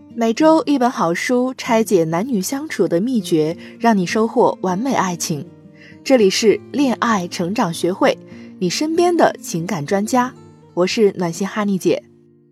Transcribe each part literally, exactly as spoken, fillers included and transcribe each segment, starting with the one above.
每周一本好书，拆解男女相处的秘诀，让你收获完美爱情。这里是恋爱成长学会，你身边的情感专家，我是暖心哈尼姐。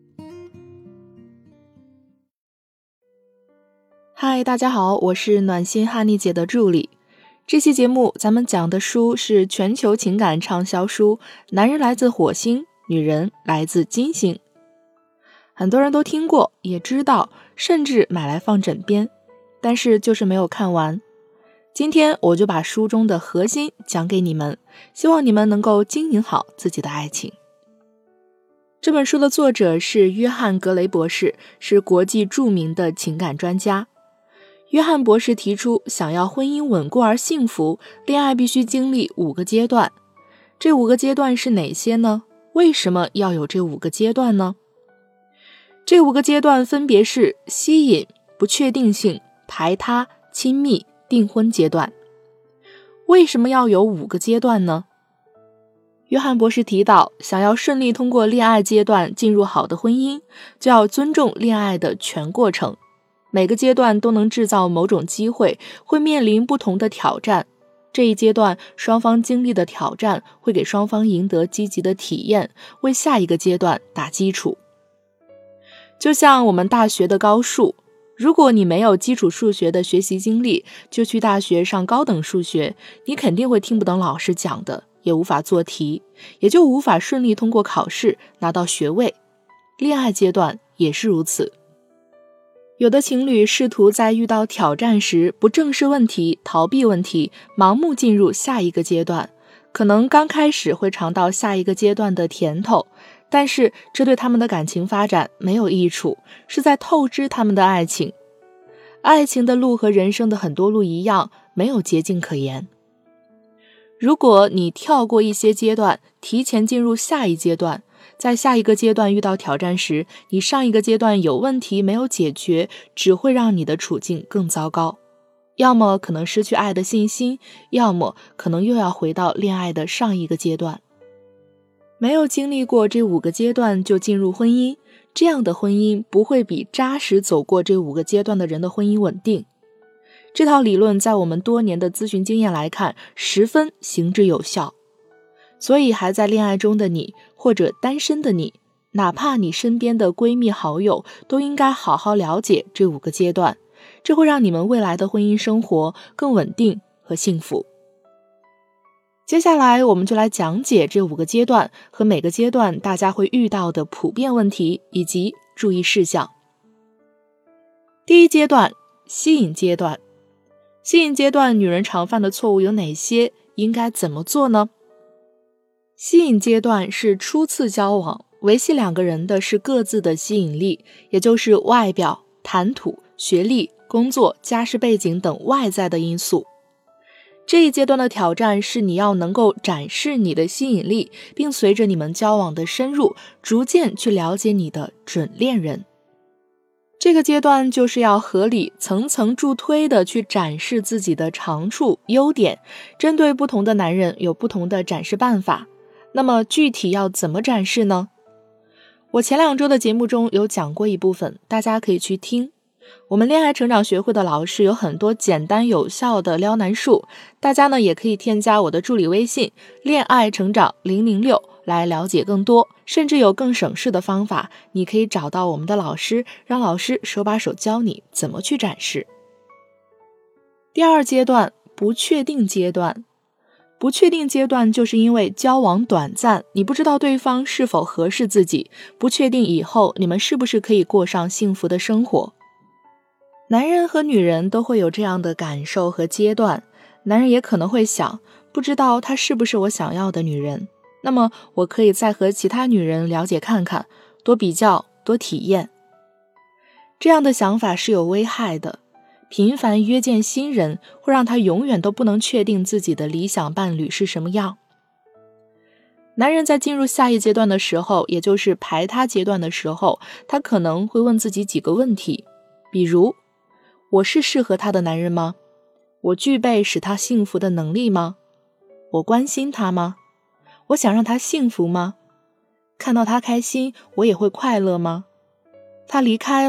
嗨，大家好，我是暖心哈尼姐的助理。这期节目咱们讲的书是全球情感畅销书《男人来自火星，女人来自金星》。很多人都听过，也知道，甚至买来放枕边，但是就是没有看完。今天我就把书中的核心讲给你们，希望你们能够经营好自己的爱情。这本书的作者是约翰·格雷博士，是国际著名的情感专家。约翰博士提出，想要婚姻稳固而幸福，恋爱必须经历五个阶段。这五个阶段是哪些呢？为什么要有这五个阶段呢？这五个阶段分别是吸引、不确定性、排他、亲密、订婚阶段。为什么要有五个阶段呢？约翰博士提到，想要顺利通过恋爱阶段进入好的婚姻，就要尊重恋爱的全过程。每个阶段都能制造某种机会，会面临不同的挑战。这一阶段双方经历的挑战会给双方赢得积极的体验，为下一个阶段打基础。就像我们大学的高数，如果你没有基础数学的学习经历，就去大学上高等数学，你肯定会听不懂老师讲的，也无法做题，也就无法顺利通过考试拿到学位。恋爱阶段也是如此。有的情侣试图在遇到挑战时不正视问题，逃避问题，盲目进入下一个阶段，可能刚开始会尝到下一个阶段的甜头，但是这对他们的感情发展没有益处，是在透支他们的爱情。爱情的路和人生的很多路一样，没有捷径可言。如果你跳过一些阶段，提前进入下一阶段，在下一个阶段遇到挑战时，你上一个阶段有问题没有解决，只会让你的处境更糟糕。要么可能失去爱的信心，要么可能又要回到恋爱的上一个阶段。没有经历过这五个阶段就进入婚姻，这样的婚姻不会比扎实走过这五个阶段的人的婚姻稳定。这套理论在我们多年的咨询经验来看，十分行之有效。所以还在恋爱中的你，或者单身的你，哪怕你身边的闺蜜好友，都应该好好了解这五个阶段，这会让你们未来的婚姻生活更稳定和幸福。接下来我们就来讲解这五个阶段和每个阶段大家会遇到的普遍问题以及注意事项。第一阶段，吸引阶段。吸引阶段女人常犯的错误有哪些？应该怎么做呢？吸引阶段是初次交往，维系两个人的是各自的吸引力，也就是外表、谈吐、学历、工作、家世背景等外在的因素。这一阶段的挑战是你要能够展示你的吸引力，并随着你们交往的深入，逐渐去了解你的准恋人。这个阶段就是要合理层层助推的去展示自己的长处、优点，针对不同的男人有不同的展示办法。那么具体要怎么展示呢？我前两周的节目中有讲过一部分，大家可以去听。我们恋爱成长学会的老师有很多简单有效的撩男术，大家呢也可以添加我的助理微信恋爱成长零零六来了解更多，甚至有更省事的方法，你可以找到我们的老师，让老师手把手教你怎么去展示。第二阶段，不确定阶段。不确定阶段就是因为交往短暂，你不知道对方是否合适自己，不确定以后你们是不是可以过上幸福的生活。男人和女人都会有这样的感受和阶段，男人也可能会想，不知道她是不是我想要的女人，那么我可以再和其他女人了解看看，多比较，多体验。这样的想法是有危害的，频繁约见新人会让他永远都不能确定自己的理想伴侣是什么样。男人在进入下一阶段的时候，也就是排他阶段的时候，他可能会问自己几个问题，比如，我是适合他的男人吗？我具备使他幸福的能力吗？我关心他吗？我想让他幸福吗？看到他开心，我也会快乐吗？他离开了，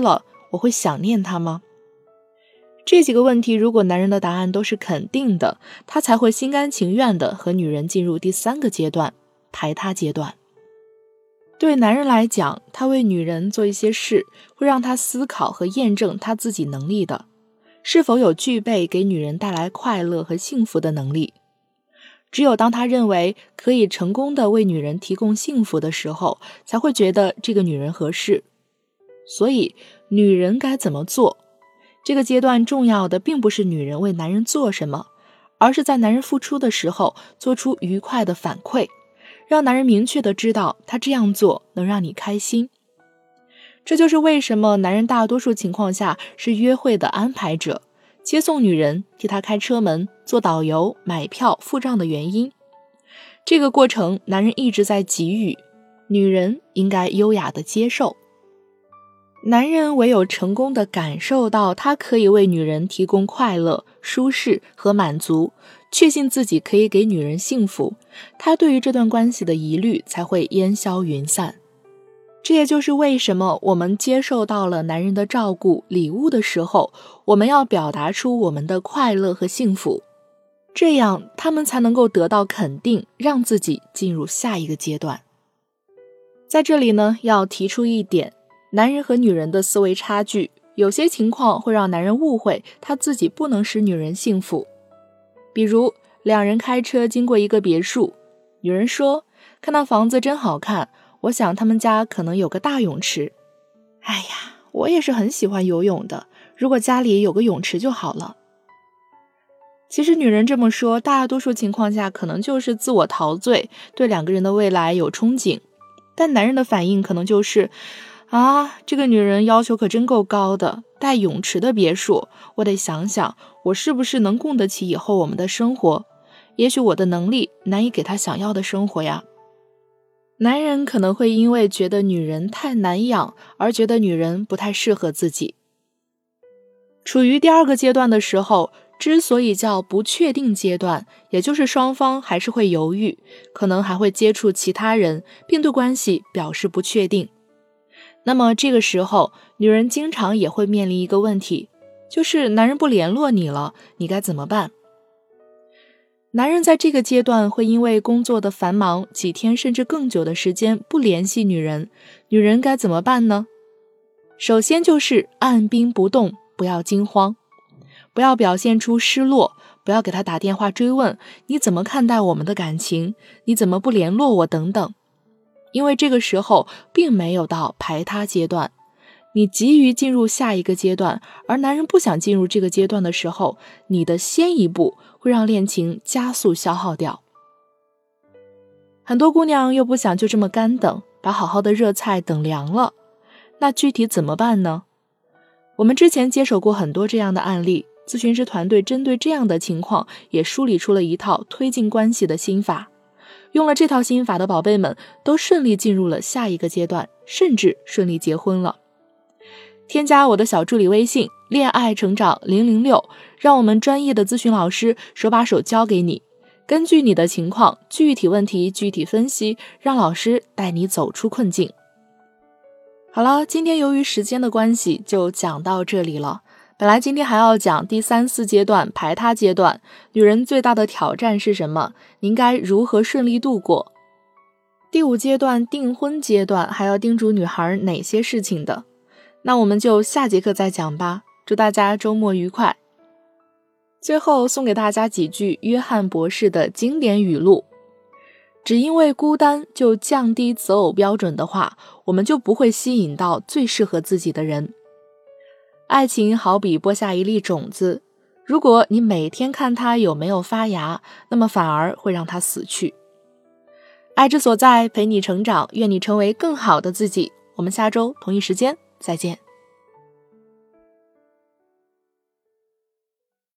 我会想念他吗？这几个问题，如果男人的答案都是肯定的，他才会心甘情愿地和女人进入第三个阶段，排他阶段。对男人来讲，他为女人做一些事，会让他思考和验证他自己能力的，是否有具备给女人带来快乐和幸福的能力。只有当他认为可以成功地为女人提供幸福的时候，才会觉得这个女人合适。所以，女人该怎么做？这个阶段重要的并不是女人为男人做什么，而是在男人付出的时候做出愉快的反馈，让男人明确地知道他这样做能让你开心。这就是为什么男人大多数情况下是约会的安排者，接送女人，替她开车门，做导游，买票，付账的原因。这个过程男人一直在给予，女人应该优雅地接受。男人唯有成功地感受到他可以为女人提供快乐、舒适和满足，确信自己可以给女人幸福，他对于这段关系的疑虑才会烟消云散。这也就是为什么我们接受到了男人的照顾、礼物的时候，我们要表达出我们的快乐和幸福，这样他们才能够得到肯定，让自己进入下一个阶段。在这里呢，要提出一点，男人和女人的思维差距，有些情况会让男人误会他自己不能使女人幸福。比如两人开车经过一个别墅，女人说，看那房子真好看，我想他们家可能有个大泳池。哎呀，我也是很喜欢游泳的，如果家里有个泳池就好了。其实女人这么说，大多数情况下可能就是自我陶醉，对两个人的未来有憧憬。但男人的反应可能就是啊，这个女人要求可真够高的，带泳池的别墅，我得想想我是不是能供得起以后我们的生活，也许我的能力难以给她想要的生活呀。男人可能会因为觉得女人太难养，而觉得女人不太适合自己。处于第二个阶段的时候，之所以叫不确定阶段，也就是双方还是会犹豫，可能还会接触其他人，并对关系表示不确定。那么这个时候，女人经常也会面临一个问题，就是男人不联络你了，你该怎么办？男人在这个阶段会因为工作的繁忙，几天甚至更久的时间不联系女人，女人该怎么办呢？首先就是按兵不动，不要惊慌，不要表现出失落，不要给他打电话追问你怎么看待我们的感情，你怎么不联络我等等。因为这个时候并没有到排他阶段，你急于进入下一个阶段，而男人不想进入这个阶段的时候，你的先一步会让恋情加速消耗掉。很多姑娘又不想就这么干等，把好好的热菜等凉了，那具体怎么办呢？我们之前接手过很多这样的案例，咨询师团队针对这样的情况也梳理出了一套推进关系的心法。用了这套心法的宝贝们都顺利进入了下一个阶段，甚至顺利结婚了。添加我的小助理微信恋爱成长零零六，让我们专业的咨询老师手把手教给你，根据你的情况具体问题具体分析，让老师带你走出困境。好了，今天由于时间的关系就讲到这里了。本来今天还要讲第三四阶段排他阶段，女人最大的挑战是什么？您该如何顺利度过？第五阶段订婚阶段还要叮嘱女孩哪些事情的？那我们就下节课再讲吧。祝大家周末愉快。最后送给大家几句约翰博士的经典语录：只因为孤单就降低择偶标准的话，我们就不会吸引到最适合自己的人。爱情好比播下一粒种子，如果你每天看它有没有发芽，那么反而会让它死去。爱之所在，陪你成长，愿你成为更好的自己。我们下周同一时间再见。